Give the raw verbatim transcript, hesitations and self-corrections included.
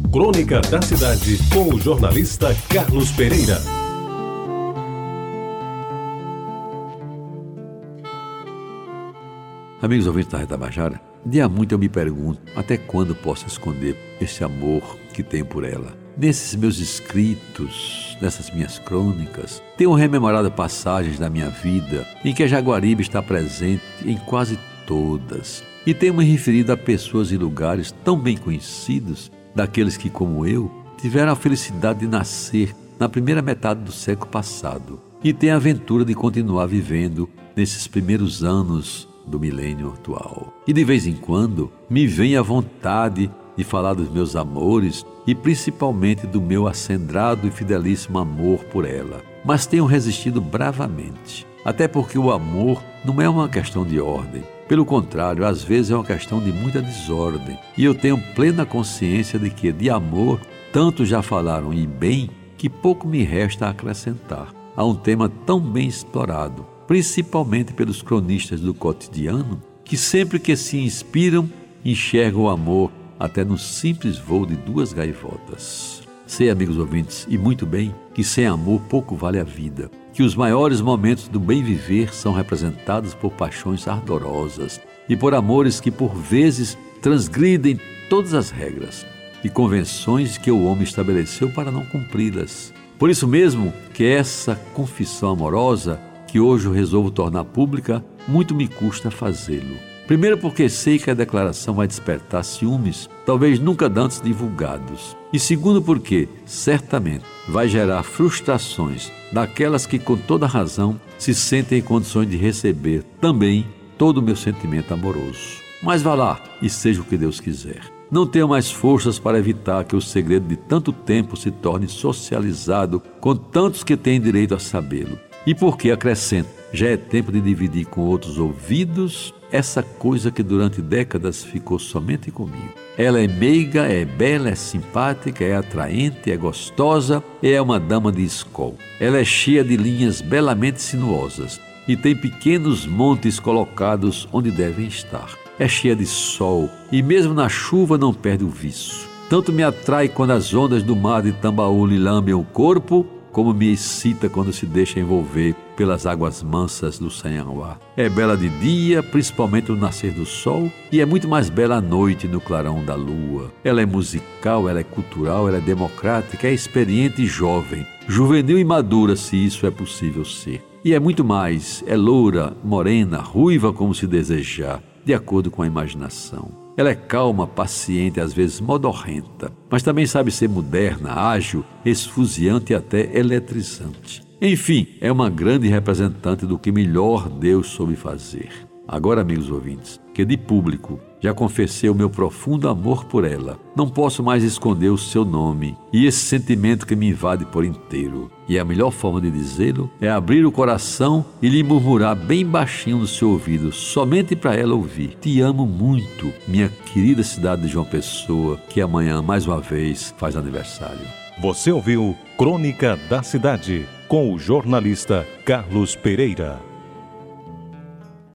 Crônica da Cidade, com o jornalista Carlos Pereira. Amigos ouvintes da Rádio Tabajara, de há muito eu me pergunto até quando posso esconder esse amor que tenho por ela. Nesses meus escritos, nessas minhas crônicas, tenho rememorado passagens da minha vida em que a Jaguaribe está presente em quase todas. E tenho me referido a pessoas e lugares tão bem conhecidos, daqueles que, como eu, tiveram a felicidade de nascer na primeira metade do século passado e têm a aventura de continuar vivendo nesses primeiros anos do milênio atual. E de vez em quando me vem a vontade de falar dos meus amores e principalmente do meu acendrado e fidelíssimo amor por ela. Mas tenho resistido bravamente, até porque o amor não é uma questão de ordem. Pelo contrário, às vezes é uma questão de muita desordem. E eu tenho plena consciência de que de amor tanto já falaram e bem que pouco me resta a acrescentar a um tema tão bem explorado, principalmente pelos cronistas do cotidiano, que sempre que se inspiram, enxergam o amor até no simples voo de duas gaivotas. Sei, amigos ouvintes, e muito bem, que sem amor pouco vale a vida, que os maiores momentos do bem viver são representados por paixões ardorosas e por amores que por vezes transgridem todas as regras e convenções que o homem estabeleceu para não cumpri-las. Por isso mesmo que essa confissão amorosa, que hoje eu resolvo tornar pública, muito me custa fazê-lo. Primeiro porque sei que a declaração vai despertar ciúmes, talvez nunca antes divulgados. E segundo porque, certamente, vai gerar frustrações daquelas que com toda razão se sentem em condições de receber também todo o meu sentimento amoroso. Mas vá lá e seja o que Deus quiser. Não tenho mais forças para evitar que o segredo de tanto tempo se torne socializado com tantos que têm direito a sabê-lo. E porque, acrescento, já é tempo de dividir com outros ouvidos essa coisa que durante décadas ficou somente comigo. Ela é meiga, é bela, é simpática, é atraente, é gostosa, é uma dama de escola. Ela é cheia de linhas belamente sinuosas e tem pequenos montes colocados onde devem estar. É cheia de sol e mesmo na chuva não perde o viço. Tanto me atrai quando as ondas do mar de Tambaú lhe lambem o corpo, como me excita quando se deixa envolver pelas águas mansas do Sanhauá. É bela de dia, principalmente no nascer do sol, e é muito mais bela à noite no clarão da lua. Ela é musical, ela é cultural, ela é democrática, é experiente e jovem, juvenil e madura, se isso é possível ser. E é muito mais, é loura, morena, ruiva como se desejar, de acordo com a imaginação. Ela é calma, paciente, às vezes modorrenta, mas também sabe ser moderna, ágil, esfuziante e até eletrizante. Enfim, é uma grande representante do que melhor Deus soube fazer. Agora, amigos ouvintes, que de público já confessei o meu profundo amor por ela, não posso mais esconder o seu nome e esse sentimento que me invade por inteiro. E a melhor forma de dizê-lo é abrir o coração e lhe murmurar bem baixinho no seu ouvido, somente para ela ouvir: te amo muito, minha querida cidade de João Pessoa, que amanhã, mais uma vez, faz aniversário. Você ouviu Crônica da Cidade, com o jornalista Carlos Pereira.